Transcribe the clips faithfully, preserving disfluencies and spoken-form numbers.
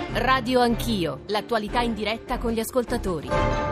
Radio Anch'io, l'attualità in diretta con gli ascoltatori.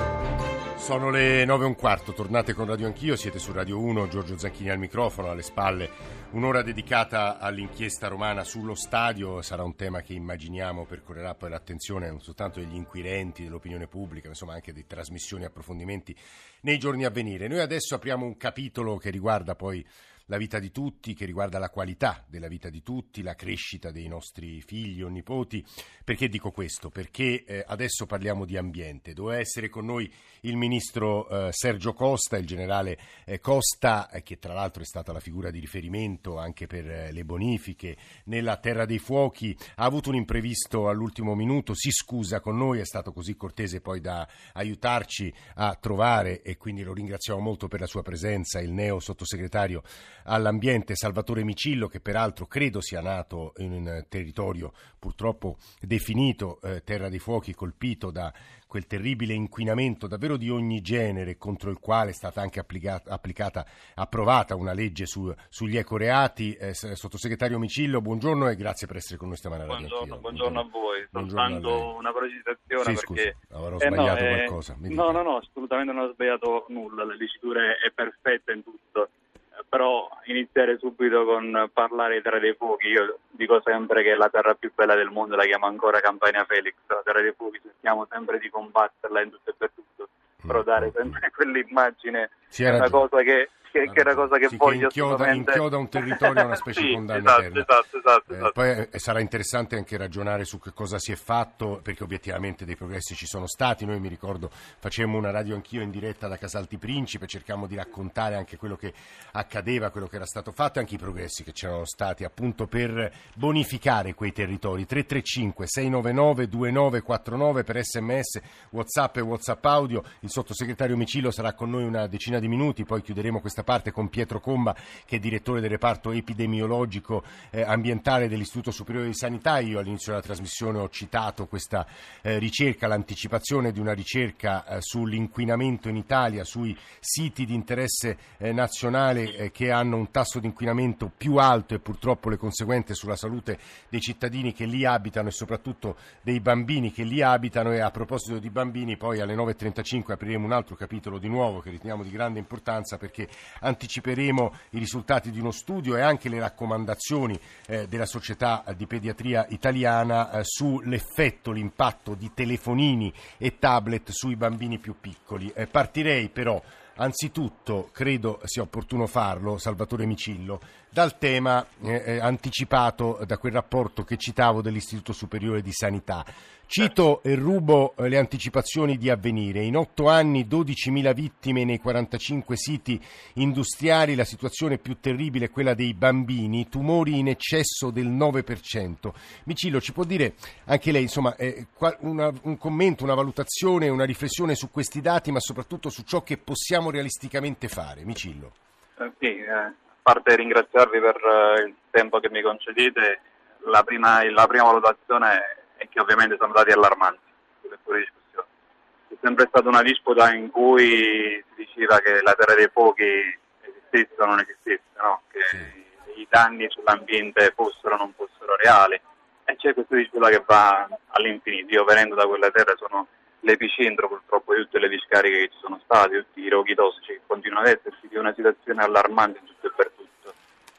Sono le nove e un quarto, tornate con Radio Anch'io, siete su Radio uno, Giorgio Zanchini al microfono, alle spalle un'ora dedicata all'inchiesta romana sullo stadio. Sarà un tema che immaginiamo percorrerà poi l'attenzione non soltanto degli inquirenti, dell'opinione pubblica, ma insomma anche di trasmissioni e approfondimenti nei giorni a venire. Noi adesso apriamo un capitolo che riguarda poi la vita di tutti, che riguarda la qualità della vita di tutti, la crescita dei nostri figli o nipoti. Perché dico questo? Perché eh, adesso parliamo di ambiente. Doveva essere con noi il ministro eh, Sergio Costa, il generale eh, Costa, eh, che tra l'altro è stata la figura di riferimento anche per eh, le bonifiche nella Terra dei Fuochi. Ha avuto un imprevisto all'ultimo minuto, si scusa con noi, è stato così cortese poi da aiutarci a trovare, e quindi lo ringraziamo molto per la sua presenza, il neo sottosegretario all'ambiente Salvatore Micillo, che peraltro credo sia nato in un territorio purtroppo definito eh, Terra dei Fuochi, colpito da quel terribile inquinamento davvero di ogni genere, contro il quale è stata anche applicata, applicata, approvata una legge su, sugli ecoreati. Eh, sottosegretario Micillo, buongiorno e grazie per essere con noi stamane. Buongiorno, buongiorno a voi, buongiorno soltanto una precisazione. Sì, perché scusi, avrò eh, sbagliato no, qualcosa. Eh, no, no, no, assolutamente non ho sbagliato nulla, la dicitura è perfetta in tutto. Però iniziare subito con parlare di Terra dei Fuochi, io dico sempre che la terra più bella del mondo la chiamo ancora Campania Felix, la Terra dei Fuochi cerchiamo sempre di combatterla in tutto e per tutto, però dare sempre quell'immagine è una cosa che, che, che è una cosa che sì, voglio che inchioda, assolutamente... inchioda un territorio a una specie sì, di condanna esatto, eterna. esatto, esatto, esatto. Eh, poi eh, sarà interessante anche ragionare su che cosa si è fatto, perché obiettivamente dei progressi ci sono stati. Noi, mi ricordo, facemmo una Radio Anch'io in diretta da Casalti Principe, cercammo di raccontare anche quello che accadeva, quello che era stato fatto e anche i progressi che c'erano stati appunto per bonificare quei territori. Tre tre cinque sei nove nove due nove quattro nove per sms, WhatsApp e WhatsApp audio. Il sottosegretario Micillo sarà con noi una decina di minuti, poi chiuderemo questa parte con Pietro Comba, che è direttore del reparto epidemiologico eh, ambientale dell'Istituto Superiore di Sanità. Io all'inizio della trasmissione ho citato questa eh, ricerca, l'anticipazione di una ricerca eh, sull'inquinamento in Italia, sui siti di interesse eh, nazionale eh, che hanno un tasso di inquinamento più alto e purtroppo le conseguenze sulla salute dei cittadini che lì abitano e soprattutto dei bambini che lì abitano. E a proposito di bambini, poi alle nove e trentacinque apriremo un altro capitolo di nuovo che riteniamo di grande importanza, perché anticiperemo i risultati di uno studio e anche le raccomandazioni eh, della Società di Pediatria Italiana eh, sull'effetto, l'impatto di telefonini e tablet sui bambini più piccoli. Eh, partirei però anzitutto, credo sia opportuno farlo, Salvatore Micillo, dal tema eh, anticipato da quel rapporto che citavo dell'Istituto Superiore di Sanità. Cito e rubo eh, le anticipazioni di Avvenire. In otto anni dodicimila vittime nei quarantacinque siti industriali, la situazione più terribile è quella dei bambini, tumori in eccesso del nove per cento. Micillo, ci può dire anche lei, insomma, eh, una, un commento, una valutazione, una riflessione su questi dati, ma soprattutto su ciò che possiamo realisticamente fare? Micillo. Eh, sì, eh, a parte ringraziarvi per eh, il tempo che mi concedete, la prima, la prima valutazione è che ovviamente sono dati allarmanti sulle fuori discussione. C'è sempre stata una disputa in cui si diceva che la Terra dei Fuochi esistesse o non esistesse, no? Che sì, i danni sull'ambiente fossero o non fossero reali, e c'è questa disputa che va all'infinito. Io, venendo da quella terra, sono l'epicentro purtroppo di tutte le discariche che ci sono state, tutti i roghi tossici che continuano ad esserci, di una situazione allarmante in tutto e per tutto.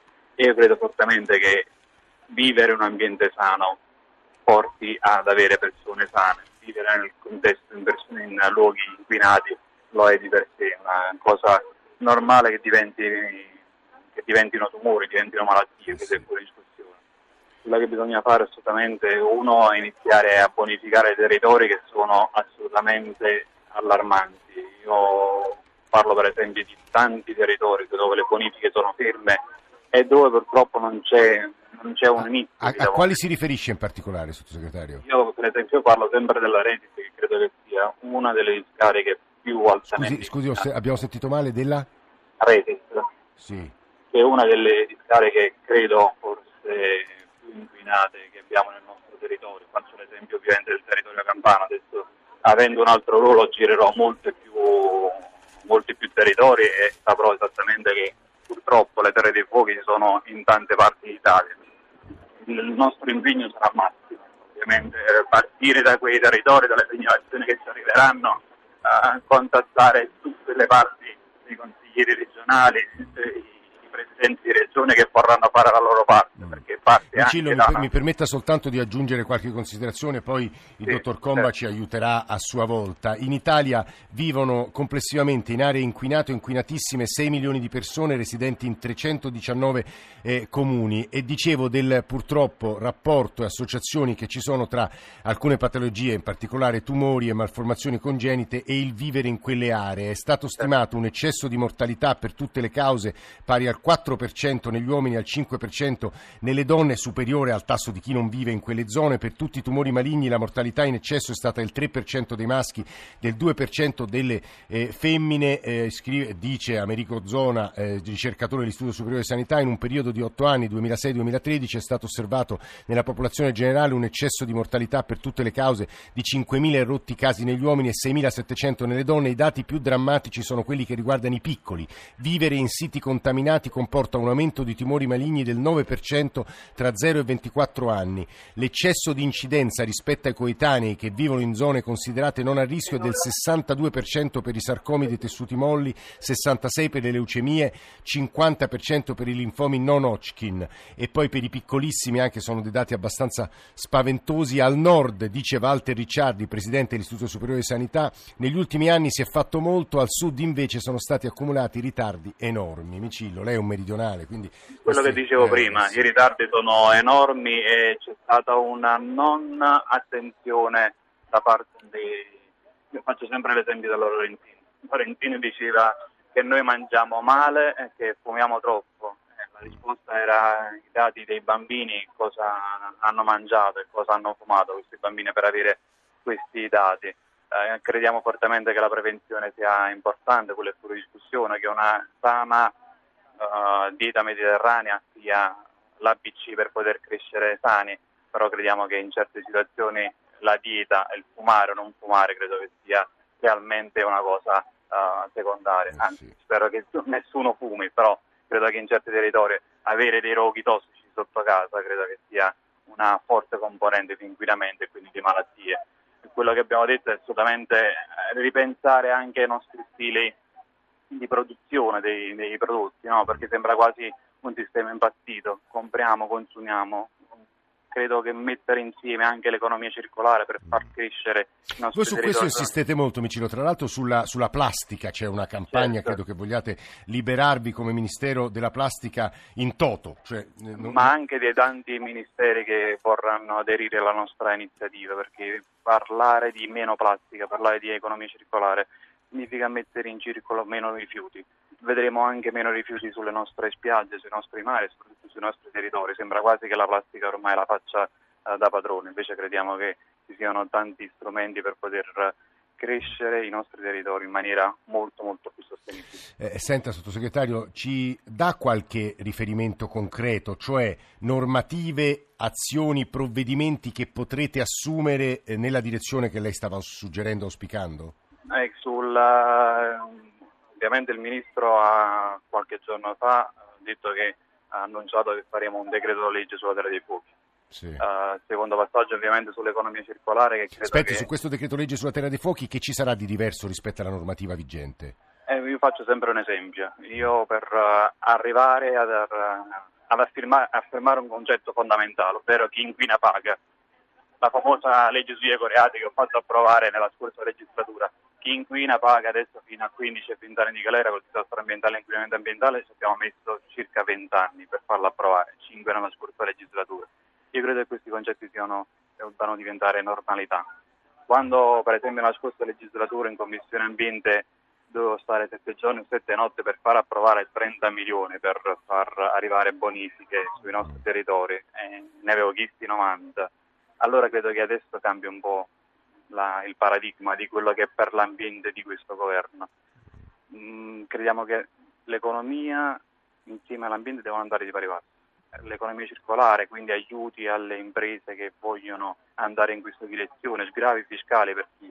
E io credo fortemente che vivere un ambiente sano porti ad avere persone sane. Vivere nel contesto in, pers- in luoghi inquinati lo è di per sé una cosa normale, che diventi che diventino tumori, diventino malattie, che è fuori discussione. Quello che bisogna fare assolutamente, uno, è iniziare a bonificare territori che sono assolutamente allarmanti. Io parlo per esempio di tanti territori dove le bonifiche sono ferme e dove purtroppo non c'è non c'è un inizio. A, a, a quali si riferisce in particolare, sottosegretario? Io per esempio parlo sempre della Retis, che credo che sia una delle discariche più altamente... Scusi, scusi, abbiamo sentito male della? Retis, sì, che è una delle discariche credo forse più inquinate che abbiamo nel nostro territorio. Faccio l'esempio ovviamente del territorio campano, adesso avendo un altro ruolo girerò molte più, molti più territori e saprò esattamente che purtroppo le terre dei fuochi ci sono in tante parti d'Italia. Il nostro impegno sarà massimo, ovviamente partire da quei territori, dalle segnalazioni che ci arriveranno, uh, contattare tutte le parti dei consiglieri regionali, i presidenti di regione che vorranno fare la loro parte, perché parte Micillo, anche mi, da... mi permetta soltanto di aggiungere qualche considerazione, poi il Sì, dottor Comba certo. ci aiuterà a sua volta. In Italia vivono complessivamente in aree inquinate o inquinatissime sei milioni di persone residenti in trecentodiciannove eh, comuni, e dicevo del purtroppo rapporto e associazioni che ci sono tra alcune patologie, in particolare tumori e malformazioni congenite, e il vivere in quelle aree. È stato stimato un eccesso di mortalità per tutte le cause pari al quattro per cento negli uomini e al cinque per cento nelle donne, superiore al tasso di chi non vive in quelle zone. Per tutti i tumori maligni la mortalità in eccesso è stata del tre per cento dei maschi, del due per cento delle eh, femmine, eh, scrive, dice Americo Zona, eh, ricercatore dell'Istituto Superiore di Sanità. In un periodo di otto anni, duemilasei duemilatredici, è stato osservato nella popolazione generale un eccesso di mortalità per tutte le cause di cinquemila e rotti casi negli uomini e seimilasettecento nelle donne. I dati più drammatici sono quelli che riguardano i piccoli. Vivere in siti contaminati comporta un aumento di tumori maligni del nove per cento tra zero e ventiquattro anni. L'eccesso di incidenza rispetto ai coetanei che vivono in zone considerate non a rischio è del sessantadue per cento per i sarcomi dei tessuti molli, sessantasei per cento per le leucemie, cinquanta per cento per i linfomi non Hodgkin, e poi per i piccolissimi anche sono dei dati abbastanza spaventosi. Al nord, dice Walter Ricciardi, presidente dell'Istituto Superiore di Sanità, negli ultimi anni si è fatto molto, al sud invece sono stati accumulati ritardi enormi. Micillo, lei è un meridionale, quindi... Quello che dicevo eh, prima, sì. i ritardi sono enormi e c'è stata una non attenzione da parte dei... Io faccio sempre l'esempio dello Lorenzini. Lorenzini diceva che noi mangiamo male e che fumiamo troppo. E la risposta era i dati dei bambini, cosa hanno mangiato e cosa hanno fumato questi bambini per avere questi dati. Eh, crediamo fortemente che la prevenzione sia importante, quella è pure discussione, che una sana Uh, dieta mediterranea sia l'A B C per poter crescere sani, però crediamo che in certe situazioni la dieta e il fumare o non fumare credo che sia realmente una cosa uh, secondaria. Anzi, sì. Spero che nessuno fumi, però credo che in certi territori avere dei roghi tossici sotto casa credo che sia una forte componente di inquinamento e quindi di malattie. E quello che abbiamo detto è assolutamente ripensare anche ai nostri stili di produzione dei, dei prodotti, no? Perché sembra quasi un sistema impazzito, compriamo, consumiamo. Credo che mettere insieme anche l'economia circolare per far crescere i nostri Voi su questo territori. insistete molto, Micillo, tra l'altro sulla, sulla plastica c'è una campagna, Certo. credo che vogliate liberarvi come Ministero della Plastica in toto. Cioè, non... Ma anche dei tanti ministeri che vorranno aderire alla nostra iniziativa, perché parlare di meno plastica, parlare di economia circolare significa mettere in circolo meno rifiuti. Vedremo anche meno rifiuti sulle nostre spiagge, sui nostri mari, soprattutto sui nostri territori. Sembra quasi che la plastica ormai la faccia eh, da padrone, invece crediamo che ci siano tanti strumenti per poter crescere i nostri territori in maniera molto molto più sostenibile. Eh, senta, sottosegretario, ci dà qualche riferimento concreto, cioè normative, azioni, provvedimenti che potrete assumere eh, nella direzione che lei stava suggerendo, auspicando? Eh, sul, uh, ovviamente il Ministro ha, qualche giorno fa ha detto che ha annunciato che faremo un decreto legge sulla terra dei fuochi. Sì. Uh, secondo passaggio ovviamente sull'economia circolare. Che credo Aspetti, che... su questo decreto legge sulla terra dei fuochi che ci sarà di diverso rispetto alla normativa vigente? Eh, vi faccio sempre un esempio. Io per uh, arrivare ad, uh, ad affermare, affermare un concetto fondamentale, ovvero chi inquina paga, la famosa legge sugli ecoreati che ho fatto approvare nella scorsa legislatura. Chi inquina paga adesso fino a quindici e venti anni di galera col disastro ambientale e inquinamento ambientale. Ci abbiamo messo circa venti anni per farlo approvare, cinque nella scorsa legislatura. Io credo che questi concetti siano, debbano diventare normalità. Quando per esempio nella scorsa legislatura in Commissione Ambiente dovevo stare sette giorni o sette notti per far approvare trenta milioni per far arrivare bonifiche sui nostri territori, e ne avevo chiesti novanta. Allora credo che adesso cambi un po' la, il paradigma di quello che è per l'ambiente di questo governo. Mm, crediamo che l'economia insieme all'ambiente devono andare di pari passo. L'economia circolare, quindi aiuti alle imprese che vogliono andare in questa direzione, sgravi fiscali per chi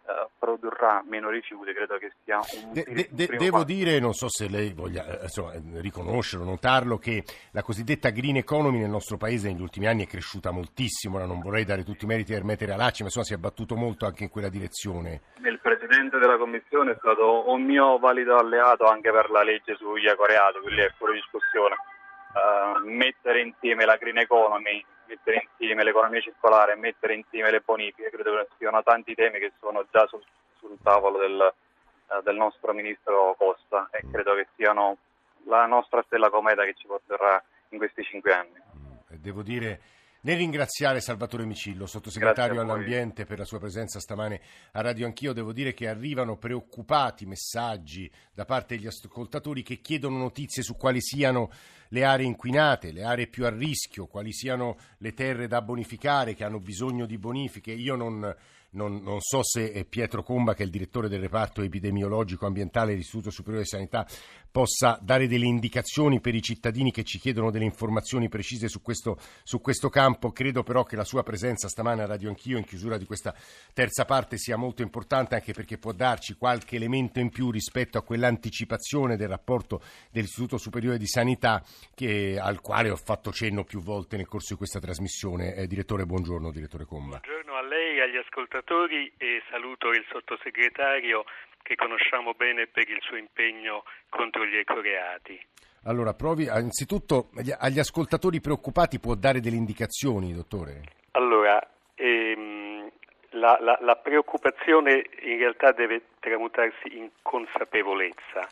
uh, produrrà meno rifiuti, credo che sia un, de, un de, de, Devo passo. dire, non so se lei voglia insomma, riconoscerlo, notarlo, che la cosiddetta green economy nel nostro paese negli ultimi anni è cresciuta moltissimo. Ora non vorrei dare tutti i meriti a Ermete Realacci, ma insomma si è battuto molto anche in quella direzione. Il Presidente della Commissione è stato un mio valido alleato anche per la legge sugli ecoreati, quindi è fuori discussione. Uh, mettere insieme la green economy, mettere insieme l'economia circolare, mettere insieme le bonifiche, credo che siano tanti temi che sono già sul, sul tavolo del, uh, del nostro ministro Costa e credo che siano la nostra stella cometa che ci porterà in questi cinque anni. Devo dire, nel ringraziare Salvatore Micillo, sottosegretario all'ambiente, per la sua presenza stamane a Radio Anch'io, devo dire che arrivano preoccupati messaggi da parte degli ascoltatori che chiedono notizie su quali siano le aree inquinate, le aree più a rischio, quali siano le terre da bonificare, che hanno bisogno di bonifiche. Io non, non, non so se Pietro Comba, che è il direttore del reparto epidemiologico ambientale dell'Istituto Superiore di Sanità, possa dare delle indicazioni per i cittadini che ci chiedono delle informazioni precise su questo, su questo campo. Credo però che la sua presenza stamane a Radio Anch'io, in chiusura di questa terza parte, sia molto importante, anche perché può darci qualche elemento in più rispetto a quell'anticipazione del rapporto dell'Istituto Superiore di Sanità, che, al quale ho fatto cenno più volte nel corso di questa trasmissione. Eh, direttore, buongiorno, direttore Comba. Buongiorno a lei, agli ascoltatori, e saluto il sottosegretario che conosciamo bene per il suo impegno contro gli ecoreati. Allora, provi, innanzitutto agli ascoltatori preoccupati può dare delle indicazioni, dottore? Allora, ehm, la, la, la preoccupazione in realtà deve tramutarsi in consapevolezza.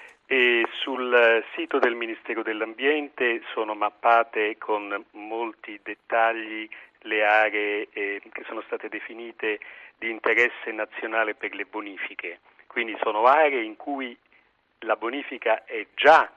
E sul sito del Ministero dell'Ambiente sono mappate con molti dettagli le aree eh, che sono state definite di interesse nazionale per le bonifiche. Quindi sono aree in cui la bonifica è già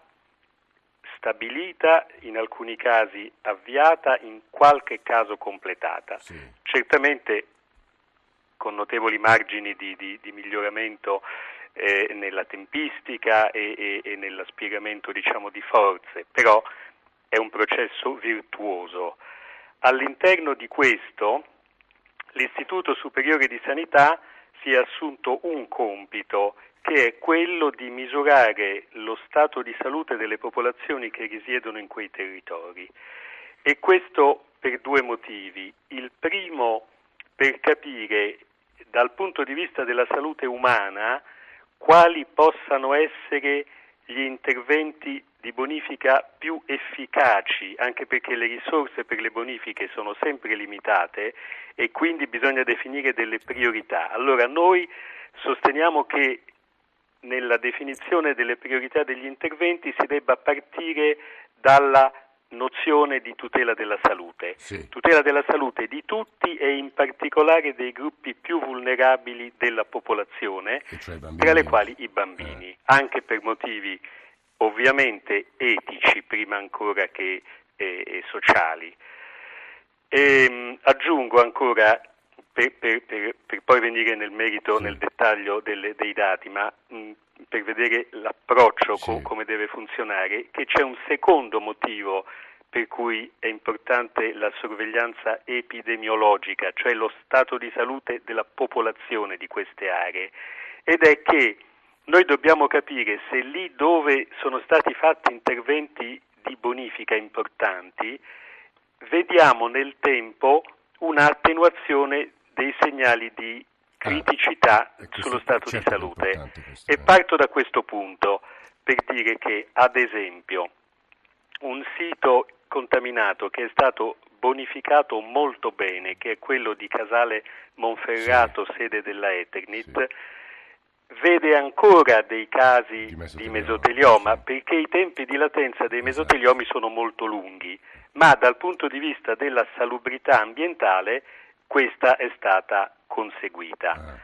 stabilita, in alcuni casi avviata, in qualche caso completata. Sì. Certamente con notevoli margini di, di, di miglioramento eh, nella tempistica e, e, e nello spiegamento, diciamo, di forze, però è un processo virtuoso. All'interno di questo l'Istituto Superiore di Sanità si è assunto un compito, che è quello di misurare lo stato di salute delle popolazioni che risiedono in quei territori. E questo per due motivi. Il primo, per capire dal punto di vista della salute umana quali possano essere gli interventi di bonifica più efficaci, anche perché le risorse per le bonifiche sono sempre limitate e quindi bisogna definire delle priorità. Allora noi sosteniamo che nella definizione delle priorità degli interventi si debba partire dalla nozione di tutela della salute. Sì. Tutela della salute di tutti e in particolare dei gruppi più vulnerabili della popolazione, cioè tra le quali i bambini, eh. anche per motivi ovviamente etici prima ancora che eh, sociali. E, aggiungo ancora, per, per, per, per poi venire nel merito, sì. nel dettaglio delle, dei dati, ma mh, per vedere l'approccio, sì. co- come deve funzionare, che c'è un secondo motivo per cui è importante la sorveglianza epidemiologica, cioè lo stato di salute della popolazione di queste aree, ed è che noi dobbiamo capire se lì dove sono stati fatti interventi di bonifica importanti, vediamo nel tempo una attenuazione dei segnali di criticità ah, questo, sullo stato certo di salute. Questo, e parto da questo punto per dire che, ad esempio, un sito contaminato che è stato bonificato molto bene, che è quello di Casale Monferrato, sì. sede della Eternit, sì. vede ancora dei casi di mesotelioma, di mesotelioma sì. perché i tempi di latenza dei esatto. mesoteliomi sono molto lunghi, ma dal punto di vista della salubrità ambientale questa è stata conseguita. Ah.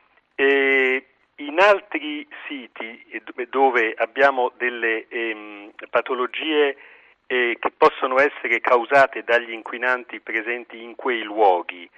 E in altri siti dove abbiamo delle ehm, patologie eh, che possono essere causate dagli inquinanti presenti in quei luoghi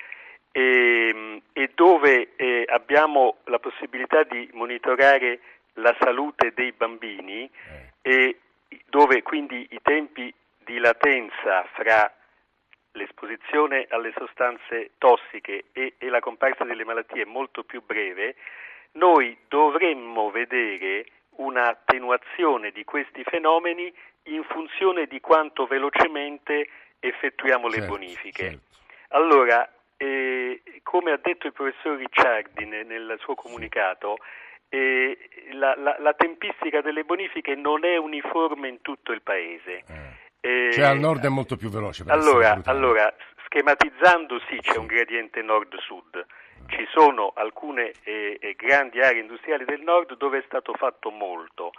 e, e dove eh, abbiamo la possibilità di monitorare la salute dei bambini eh. e dove quindi i tempi di latenza fra esposizione alle sostanze tossiche e, e la comparsa delle malattie è molto più breve, noi dovremmo vedere un'attenuazione di questi fenomeni in funzione di quanto velocemente effettuiamo certo, le bonifiche. Certo. Allora, eh, come ha detto il professor Ricciardi nel, nel suo comunicato, eh, la, la, la tempistica delle bonifiche non è uniforme in tutto il paese. Eh. Eh, Cioè al nord è molto più veloce. Per allora, allora, schematizzando sì, c'è un gradiente nord-sud. Ci sono alcune eh, eh, grandi aree industriali del nord dove è stato fatto molto.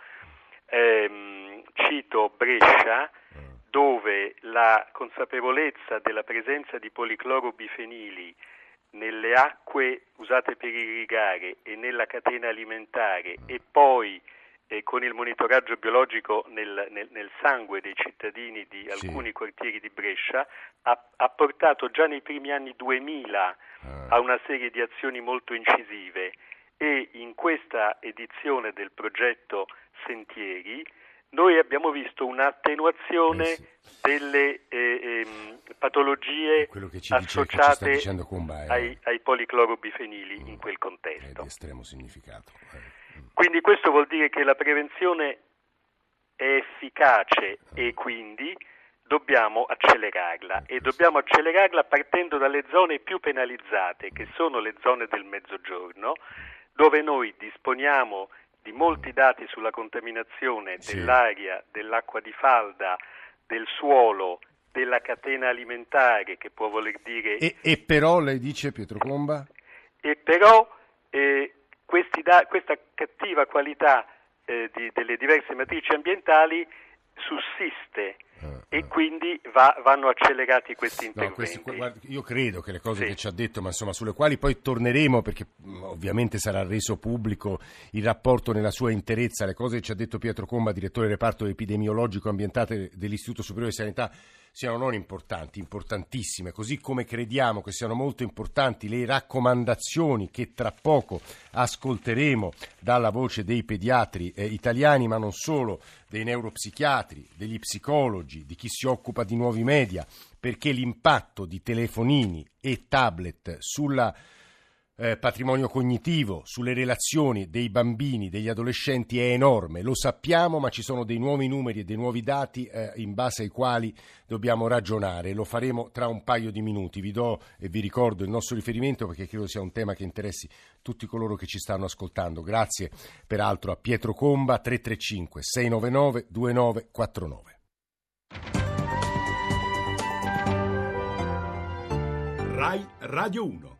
Ehm, cito Brescia, dove la consapevolezza della presenza di policlorobifenili nelle acque usate per irrigare e nella catena alimentare e poi eh, con il monitoraggio biologico nel, nel, nel sangue dei cittadini di alcuni sì. quartieri di Brescia ha, ha portato già nei primi anni duemila a una serie di azioni molto incisive, e in questa edizione del progetto Sentieri noi abbiamo visto un'attenuazione eh sì. delle eh, ehm, patologie che ci associate dice, che Comba, eh. ai, ai policlorobifenili mm. in quel contesto. È di estremo significato. Eh. Quindi questo vuol dire che la prevenzione è efficace e quindi dobbiamo accelerarla, e dobbiamo accelerarla partendo dalle zone più penalizzate, che sono le zone del Mezzogiorno, dove noi disponiamo di molti dati sulla contaminazione sì. dell'aria, dell'acqua di falda, del suolo, della catena alimentare, che può voler dire... E, e però, lei dice, Pietro Comba? E però eh, questi da, questa cattiva qualità eh, di, delle diverse matrici ambientali sussiste. Uh, e quindi va, vanno accelerati questi interventi. No, questi, guarda, io credo che le cose sì. che ci ha detto, ma insomma sulle quali poi torneremo, perché ovviamente sarà reso pubblico il rapporto nella sua interezza, le cose che ci ha detto Pietro Comba, direttore del reparto epidemiologico ambientale dell'Istituto Superiore di Sanità, siano non importanti, importantissime, così come crediamo che siano molto importanti le raccomandazioni che tra poco ascolteremo dalla voce dei pediatri eh, italiani, ma non solo, dei neuropsichiatri, degli psicologi, di chi si occupa di nuovi media, perché l'impatto di telefonini e tablet sulla Eh, patrimonio cognitivo, sulle relazioni dei bambini, degli adolescenti è enorme, lo sappiamo, ma ci sono dei nuovi numeri e dei nuovi dati eh, in base ai quali dobbiamo ragionare. Lo faremo tra un paio di minuti. Vi do e vi ricordo il nostro riferimento, perché credo sia un tema che interessi tutti coloro che ci stanno ascoltando. Grazie peraltro a Pietro Comba. Tre tre cinque sei nove nove due nove quattro nove. Rai Radio uno.